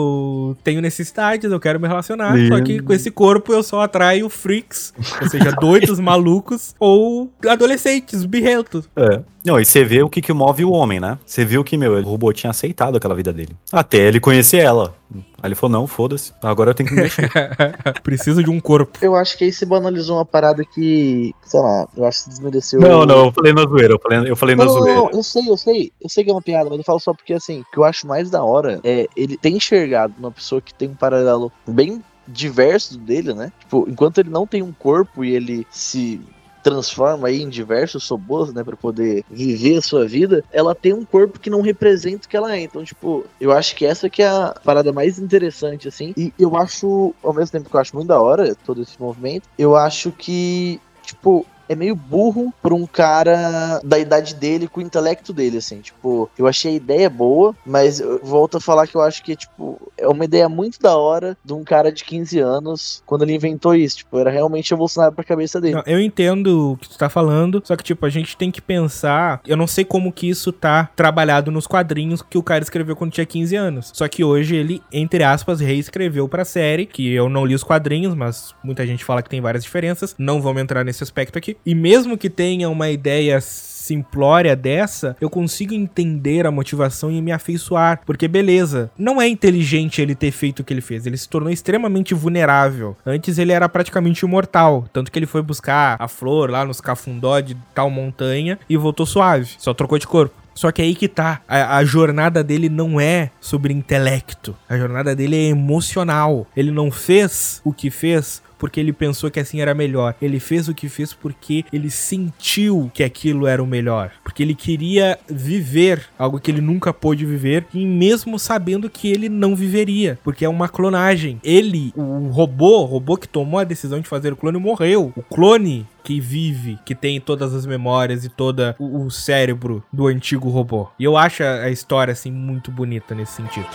eu tenho necessidades, eu quero me relacionar, só que com esse corpo eu só atraio freaks, ou seja, doidos, malucos, ou adolescentes, birrentos. É. Não, e você vê o que move o homem, né? Você viu que, o robô tinha aceitado aquela vida dele. Até ele conhecer ela. Aí ele falou, não, foda-se, agora eu tenho que me mexer. Preciso de um corpo. Eu acho que aí você banalizou uma parada que, sei lá, eu acho que desmereceu... Não, eu falei na zoeira, eu falei na zoeira. Não, eu sei que é uma piada, mas eu falo só porque, assim, o que eu acho mais da hora é ele ter enxergado uma pessoa que tem um paralelo bem diverso dele, né? Tipo, enquanto ele não tem um corpo e ele se... transforma aí em diversos robôs, né, pra poder viver a sua vida, ela tem um corpo que não representa o que ela é. Então, tipo, eu acho que essa que é a parada mais interessante, assim, e eu acho, ao mesmo tempo que eu acho muito da hora todo esse movimento, eu acho que, tipo, é meio burro pra um cara da idade dele, com o intelecto dele, assim, tipo, eu achei a ideia boa, mas eu volto a falar que eu acho que, tipo, é uma ideia muito da hora de um cara de 15 anos, quando ele inventou isso, tipo, era realmente evolucionário pra cabeça dele. Não, eu entendo o que tu tá falando, só que, tipo, a gente tem que pensar, eu não sei como que isso tá trabalhado nos quadrinhos que o cara escreveu quando tinha 15 anos, só que hoje ele, entre aspas, reescreveu pra série, que eu não li os quadrinhos, mas muita gente fala que tem várias diferenças, não vamos entrar nesse aspecto aqui. E mesmo que tenha uma ideia simplória dessa, eu consigo entender a motivação e me afeiçoar, porque beleza, não é inteligente ele ter feito o que ele fez, ele se tornou extremamente vulnerável. Antes ele era praticamente imortal, tanto que ele foi buscar a flor lá nos cafundó de tal montanha e voltou suave, só trocou de corpo. Só que aí que tá, a jornada dele não é sobre intelecto, a jornada dele é emocional. Ele não fez o que fez porque ele pensou que assim era melhor. Ele fez o que fez porque ele sentiu que aquilo era o melhor. Porque ele queria viver algo que ele nunca pôde viver, e mesmo sabendo que ele não viveria, porque é uma clonagem. Ele, o robô que tomou a decisão de fazer o clone, morreu. O clone que vive, que tem todas as memórias e todo o cérebro do antigo robô. E eu acho a história, assim, muito bonita nesse sentido.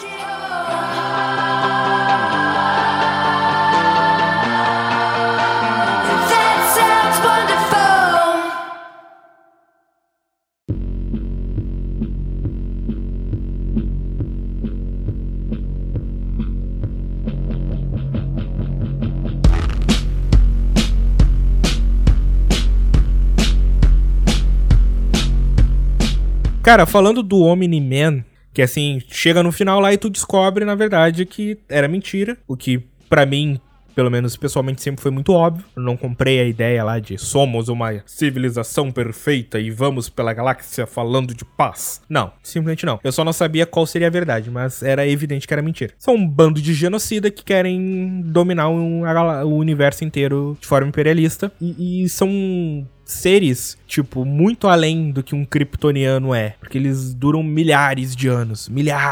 Cara, falando do Omni-Man, que assim, chega no final lá e tu descobre, na verdade, que era mentira. O que, pra mim, pelo menos pessoalmente sempre foi muito óbvio. Eu não comprei a ideia lá de somos uma civilização perfeita e vamos pela galáxia falando de paz. Não, simplesmente não. Eu só não sabia qual seria a verdade, mas era evidente que era mentira. São um bando de genocida que querem dominar o universo inteiro de forma imperialista e são seres, tipo, muito além do que um kryptoniano é, porque eles duram milhares de anos,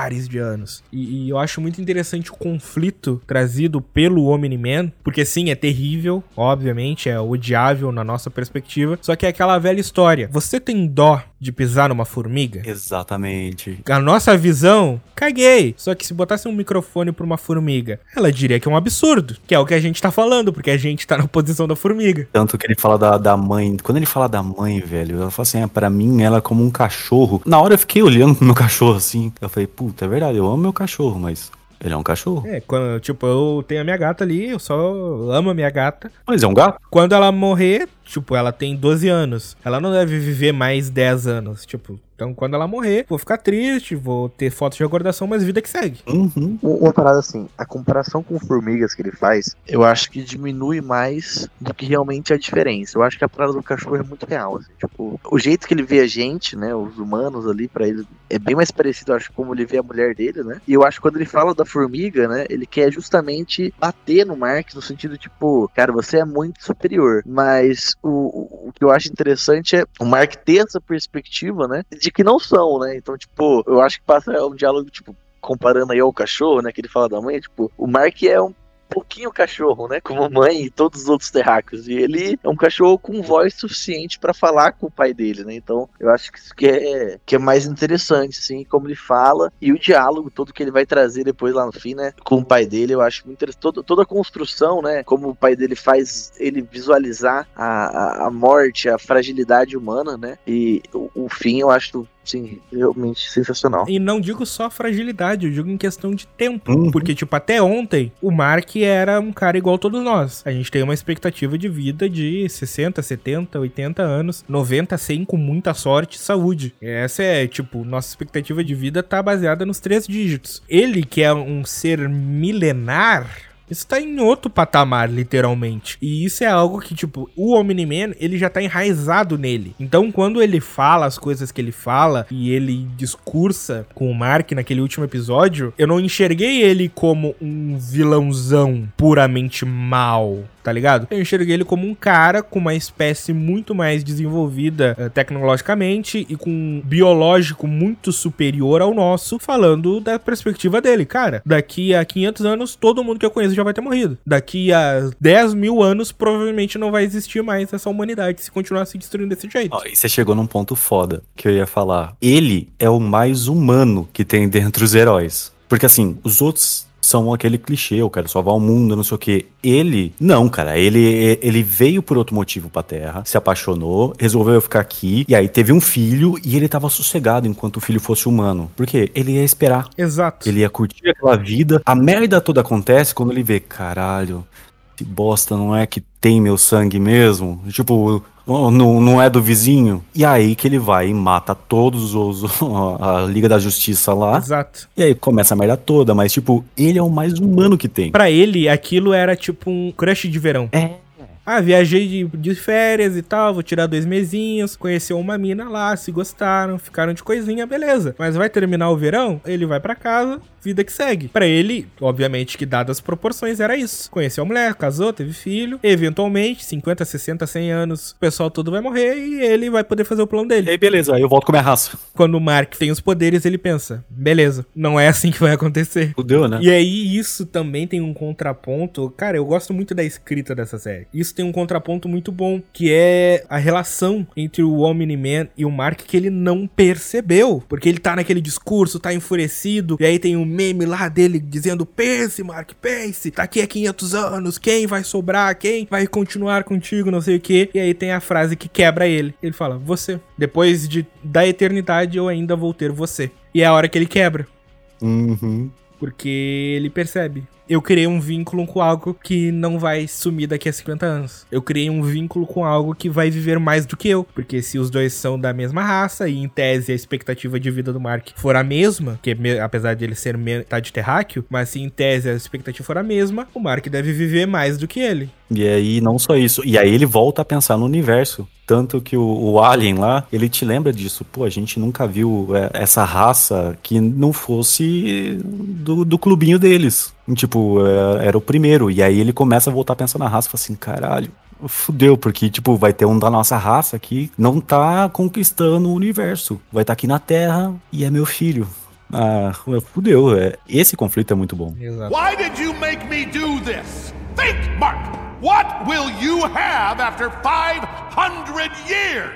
e eu acho muito interessante o conflito trazido pelo Omni-Man, porque sim, é terrível, obviamente, é odiável na nossa perspectiva, só que é aquela velha história, você tem dó de pisar numa formiga? Exatamente. A nossa visão, caguei. Só que se botasse um microfone pra uma formiga, ela diria que é um absurdo. Que é o que a gente tá falando, porque a gente tá na posição da formiga. Tanto que ele fala da mãe. Quando ele fala da mãe, velho, ela fala assim, pra mim ela é como um cachorro. Na hora eu fiquei olhando pro meu cachorro assim. Eu falei, puta, é verdade, eu amo meu cachorro, mas ele é um cachorro. Quando, tipo, eu tenho a minha gata ali, eu só amo a minha gata. Mas é um gato. Quando ela morrer, tipo, ela tem 12 anos. Ela não deve viver mais 10 anos, tipo... Então, quando ela morrer, vou ficar triste, vou ter fotos de recordação, mas vida que segue. Uhum. Uma parada assim, a comparação com formigas que ele faz, eu acho que diminui mais do que realmente é a diferença. Eu acho que a parada do cachorro é muito real, assim. Tipo, o jeito que ele vê a gente, né, os humanos ali, pra ele, é bem mais parecido, eu acho, como ele vê a mulher dele, né? E eu acho que quando ele fala da formiga, né, ele quer justamente bater no Mark no sentido, tipo, cara, você é muito superior. Mas o que eu acho interessante é o Mark ter essa perspectiva, né, de que não são, né? Então, tipo, eu acho que passa um diálogo, tipo, comparando aí ao cachorro, né, que ele fala da mãe, tipo, o Mark é um pouquinho cachorro, né, como mãe e todos os outros terráqueos, e ele é um cachorro com voz suficiente pra falar com o pai dele, né, então eu acho que isso que é mais interessante, assim, como ele fala, e o diálogo todo que ele vai trazer depois lá no fim, né, com o pai dele, eu acho muito interessante, toda a construção, né, como o pai dele faz ele visualizar a morte, a fragilidade humana, né, e o fim eu acho, sim, realmente sensacional. E não digo só fragilidade, eu digo em questão de tempo. Porque, tipo, até ontem, o Mark era um cara igual a todos nós. A gente tem uma expectativa de vida de 60, 70, 80 anos, 90, 100 com muita sorte e saúde. Essa é, tipo, nossa expectativa de vida tá baseada nos 3 dígitos. Ele, que é um ser milenar... Isso tá em outro patamar, literalmente. E isso é algo que, tipo, o Omni-Man, ele já tá enraizado nele. Então, quando ele fala as coisas que ele fala e ele discursa com o Mark naquele último episódio, eu não enxerguei ele como um vilãozão puramente mal, tá ligado? Eu enxerguei ele como um cara com uma espécie muito mais desenvolvida tecnologicamente e com um biológico muito superior ao nosso, falando da perspectiva dele. Cara, daqui a 500 anos, todo mundo que eu conheço já vai ter morrido. Daqui a 10 mil anos, provavelmente não vai existir mais essa humanidade se continuar se destruindo desse jeito. E você chegou num ponto foda que eu ia falar. Ele é o mais humano que tem dentre os heróis. Porque assim, os outros são aquele clichê, eu quero salvar o mundo, não sei o que. Ele, não, cara, ele veio por outro motivo pra Terra, se apaixonou, resolveu ficar aqui, e aí teve um filho, e ele tava sossegado enquanto o filho fosse humano. Por quê? Ele ia esperar. Exato. Ele ia curtir aquela vida. A merda toda acontece quando ele vê, caralho, que bosta, não é que tem meu sangue mesmo? Tipo, não é do vizinho? E aí que ele vai e mata todos a Liga da Justiça lá. Exato. E aí começa a merda toda, mas tipo, ele é o mais humano que tem. Pra ele, aquilo era tipo um crush de verão. Viajei de férias e tal, vou tirar 2 mesinhos, conheceu uma mina lá, se gostaram, ficaram de coisinha, beleza. Mas vai terminar o verão, ele vai pra casa, vida que segue. Pra ele, obviamente que dadas as proporções, era isso. Conheceu a mulher, casou, teve filho, eventualmente, 50, 60, 100 anos, o pessoal todo vai morrer e ele vai poder fazer o plano dele. E aí beleza, aí eu volto com a minha raça. Quando o Mark tem os poderes, ele pensa, beleza, não é assim que vai acontecer. Fudeu, né? E aí isso também tem um contraponto, cara, eu gosto muito da escrita dessa série. Isso tem um contraponto muito bom, que é a relação entre o Omni-Man e o Mark que ele não percebeu, porque ele tá naquele discurso, tá enfurecido, e aí tem um meme lá dele dizendo, pense, Mark, pense, daqui a 500 anos, quem vai sobrar, quem vai continuar contigo, não sei o que, e aí tem a frase que quebra ele, fala, você, depois da eternidade eu ainda vou ter você, e é a hora que ele quebra. Uhum. Porque ele percebe, eu criei um vínculo com algo que não vai sumir daqui a 50 anos. Eu criei um vínculo com algo que vai viver mais do que eu. Porque se os dois são da mesma raça e, em tese, a expectativa de vida do Mark for a mesma, que apesar de ele ser metade terráqueo, mas se em tese a expectativa for a mesma, o Mark deve viver mais do que ele. E aí, não só isso. E aí ele volta a pensar no universo. Tanto que o Alien lá, ele te lembra disso. Pô, a gente nunca viu essa raça que não fosse do clubinho deles. Tipo, era o primeiro. E aí ele começa a voltar a pensar na raça. Fala assim, caralho, fudeu. Porque, tipo, vai ter um da nossa raça que não tá conquistando o universo. Vai estar aqui na Terra e é meu filho. Ah, fudeu. Esse conflito é muito bom. Exato. Why did you make me do this? Think, Mark! What will you have after 500 years?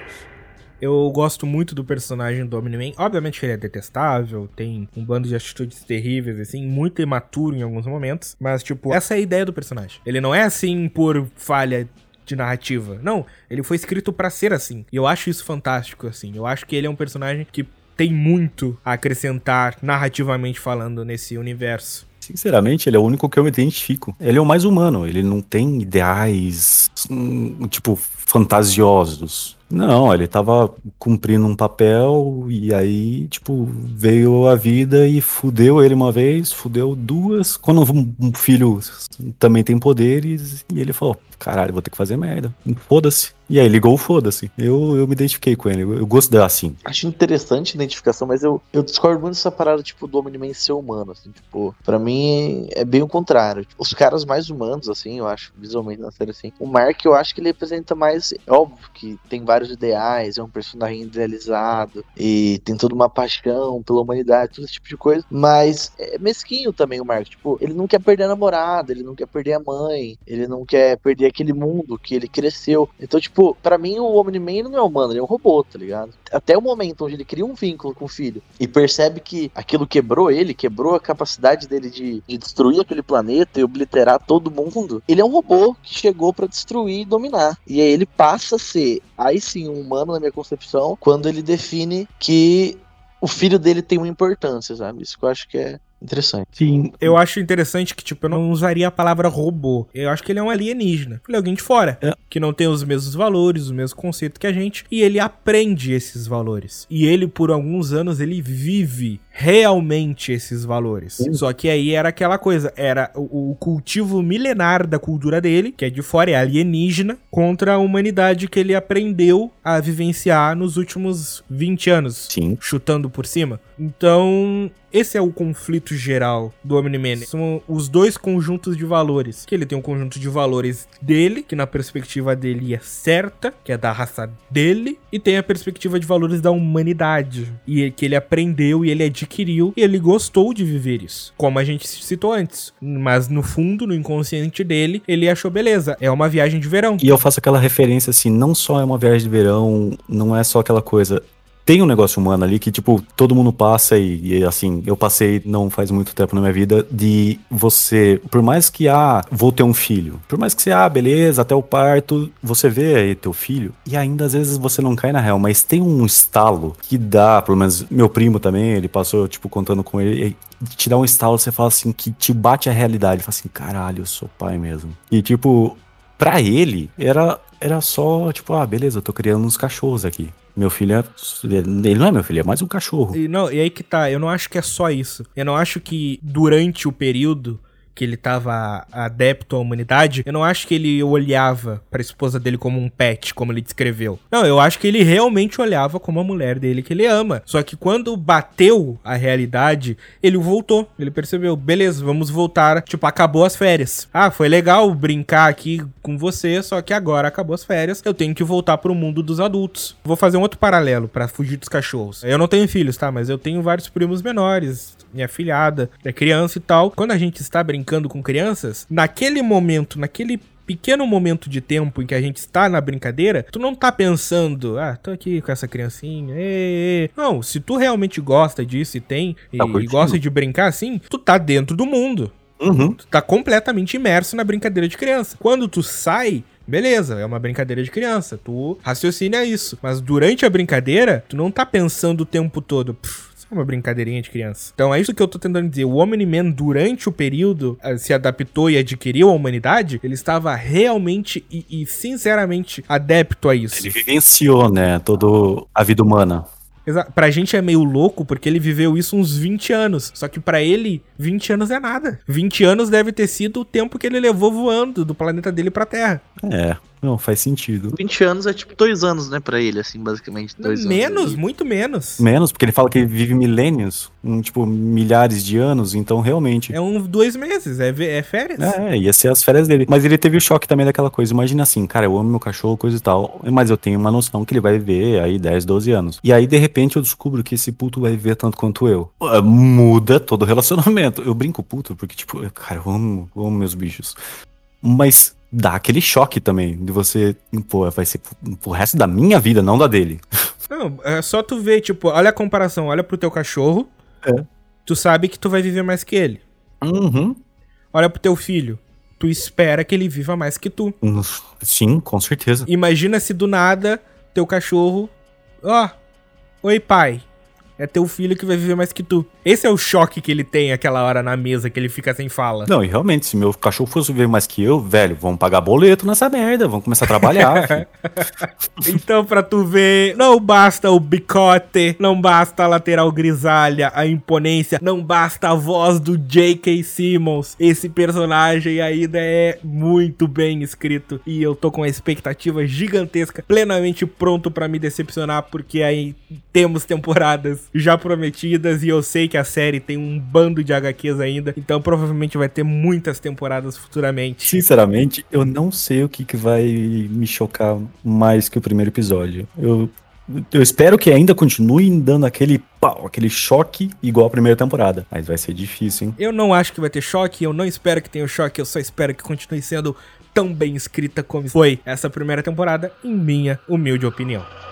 Eu gosto muito do personagem do Omni-Man. Obviamente ele é detestável, tem um bando de atitudes terríveis, assim, muito imaturo em alguns momentos. Mas, tipo, essa é a ideia do personagem. Ele não é assim por falha de narrativa. Não, ele foi escrito pra ser assim. E eu acho isso fantástico, assim. Eu acho que ele é um personagem que tem muito a acrescentar, narrativamente falando, nesse universo. Sinceramente, ele é o único que eu me identifico. Ele é o mais humano, ele não tem ideais, tipo, fantasiosos. Não, ele tava cumprindo um papel e aí, tipo, veio a vida e fudeu ele uma vez, fudeu duas. Quando um filho também tem poderes, e ele falou, caralho, vou ter que fazer merda, foda-se. E aí ligou o foda-se. Eu me identifiquei com ele, eu gosto dela assim. Acho interessante a identificação, mas eu discordo muito dessa parada, tipo, do Omni-Man ser humano, assim, tipo, pra mim é bem o contrário. Os caras mais humanos, assim, eu acho, visualmente na série, assim. O Mark, eu acho que ele representa mais, é óbvio que tem vários ideais, é um personagem idealizado, e tem toda uma paixão pela humanidade, todo esse tipo de coisa, mas é mesquinho também o Mark, tipo, ele não quer perder a namorada, ele não quer perder a mãe, ele não quer perder aquele mundo que ele cresceu. Então, tipo, pra mim o Omni-Man não é humano, ele é um robô, tá ligado? Até o momento onde ele cria um vínculo com o filho e percebe que aquilo quebrou ele, quebrou a capacidade dele de destruir aquele planeta e obliterar todo mundo, ele é um robô que chegou pra destruir e dominar. E aí ele passa a ser, aí sim, um humano na minha concepção, quando ele define que o filho dele tem uma importância, sabe? Isso que eu acho que é interessante. Sim. Eu acho interessante que, tipo, eu não usaria a palavra robô. Eu acho que ele é um alienígena. Ele é alguém de fora. Que não tem os mesmos valores, os mesmos conceitos que a gente. E ele aprende esses valores. E ele, por alguns anos, ele vive realmente esses valores. Só que aí era aquela coisa. Era o cultivo milenar da cultura dele, que é de fora, é alienígena, contra a humanidade que ele aprendeu a vivenciar nos últimos 20 anos. Sim. Chutando por cima. Então, esse é o conflito geral do Omni-Man. São os dois conjuntos de valores. Que ele tem um conjunto de valores dele, que na perspectiva dele é certa, que é da raça dele, e tem a perspectiva de valores da humanidade. E que ele aprendeu e ele adquiriu, e ele gostou de viver isso. Como a gente citou antes. Mas no fundo, no inconsciente dele, ele achou beleza. É uma viagem de verão. E eu faço aquela referência assim, não só é uma viagem de verão, não é só aquela coisa... Tem um negócio humano ali que, tipo, todo mundo passa e assim, eu passei não faz muito tempo na minha vida de você, por mais que, vou ter um filho, por mais que você, beleza, até o parto, você vê aí teu filho e ainda às vezes você não cai na real, mas tem um estalo que dá, pelo menos meu primo também, ele passou, tipo, contando com ele, te dá um estalo, você fala assim, que te bate a realidade, fala assim, caralho, eu sou pai mesmo. E, tipo, pra ele, era só, tipo, beleza, eu tô criando uns cachorros aqui. Meu filho ele não é meu filho, é mais um cachorro. E aí que tá, eu não acho que é só isso. Eu não acho que durante o período que ele tava adepto à humanidade, eu não acho que ele olhava pra esposa dele como um pet, como ele descreveu. Não, eu acho que ele realmente olhava como a mulher dele que ele ama. Só que quando bateu a realidade, ele voltou. Ele percebeu, beleza, vamos voltar. Tipo, acabou as férias. Foi legal brincar aqui com você, só que agora acabou as férias, eu tenho que voltar pro mundo dos adultos. Vou fazer um outro paralelo pra fugir dos cachorros. Eu não tenho filhos, tá? Mas eu tenho vários primos menores. Minha filhada é criança e tal. Quando a gente está brincando com crianças, naquele momento, naquele pequeno momento de tempo em que a gente está na brincadeira, tu não tá pensando, tô aqui com essa criancinha, Não, se tu realmente gosta disso e gosta de brincar assim, tu tá dentro do mundo. Tu tá completamente imerso na brincadeira de criança. Quando tu sai, beleza, é uma brincadeira de criança, tu raciocina isso. Mas durante a brincadeira, tu não tá pensando o tempo todo, É uma brincadeirinha de criança. Então é isso que eu tô tentando dizer. O Omni-Man, durante o período, se adaptou e adquiriu a humanidade, ele estava realmente e sinceramente adepto a isso. Ele vivenciou, né, toda a vida humana. Pra gente é meio louco, porque ele viveu isso uns 20 anos. Só que pra ele, 20 anos é nada. 20 anos deve ter sido o tempo que ele levou voando do planeta dele pra Terra. É, não, faz sentido. 20 anos é tipo 2 anos, né, pra ele, assim, basicamente. 2 anos. Menos, muito menos. Menos, porque ele fala que ele vive milênios, tipo, milhares de anos, então realmente... É 2 meses, é férias. Ia ser as férias dele. Mas ele teve o choque também daquela coisa. Imagina assim, cara, eu amo meu cachorro, coisa e tal, mas eu tenho uma noção que ele vai viver aí 10, 12 anos. E aí, de repente, eu descubro que esse puto vai viver tanto quanto eu. Muda todo o relacionamento. Eu brinco puto, porque, tipo, cara, eu amo meus bichos. Mas dá aquele choque também, de você, pô, vai ser pro resto da minha vida, não da dele. Não, é só tu ver, tipo, olha a comparação, olha pro teu cachorro, tu sabe que tu vai viver mais que ele. Uhum. Olha pro teu filho, tu espera que ele viva mais que tu. Sim, com certeza. Imagina se do nada, teu cachorro, oi pai, é teu filho que vai viver mais que tu. Esse é o choque que ele tem aquela hora na mesa, que ele fica sem fala. Não, e realmente, se meu cachorro fosse viver mais que eu, velho, vamos pagar boleto nessa merda, vamos começar a trabalhar. Então, pra tu ver, não basta o bicote, não basta a lateral grisalha, a imponência, não basta a voz do J.K. Simmons. Esse personagem ainda é muito bem escrito e eu tô com uma expectativa gigantesca, plenamente pronto pra me decepcionar, porque aí temos temporadas já prometidas e eu sei que a série tem um bando de HQs ainda, então provavelmente vai ter muitas temporadas futuramente. Sinceramente, eu não sei o que vai me chocar mais que o primeiro episódio. Eu espero que ainda continue dando aquele choque igual a primeira temporada, mas vai ser difícil, hein? Eu não acho que vai ter choque, eu não espero que tenha choque, eu só espero que continue sendo tão bem escrita como foi essa primeira temporada, em minha humilde opinião.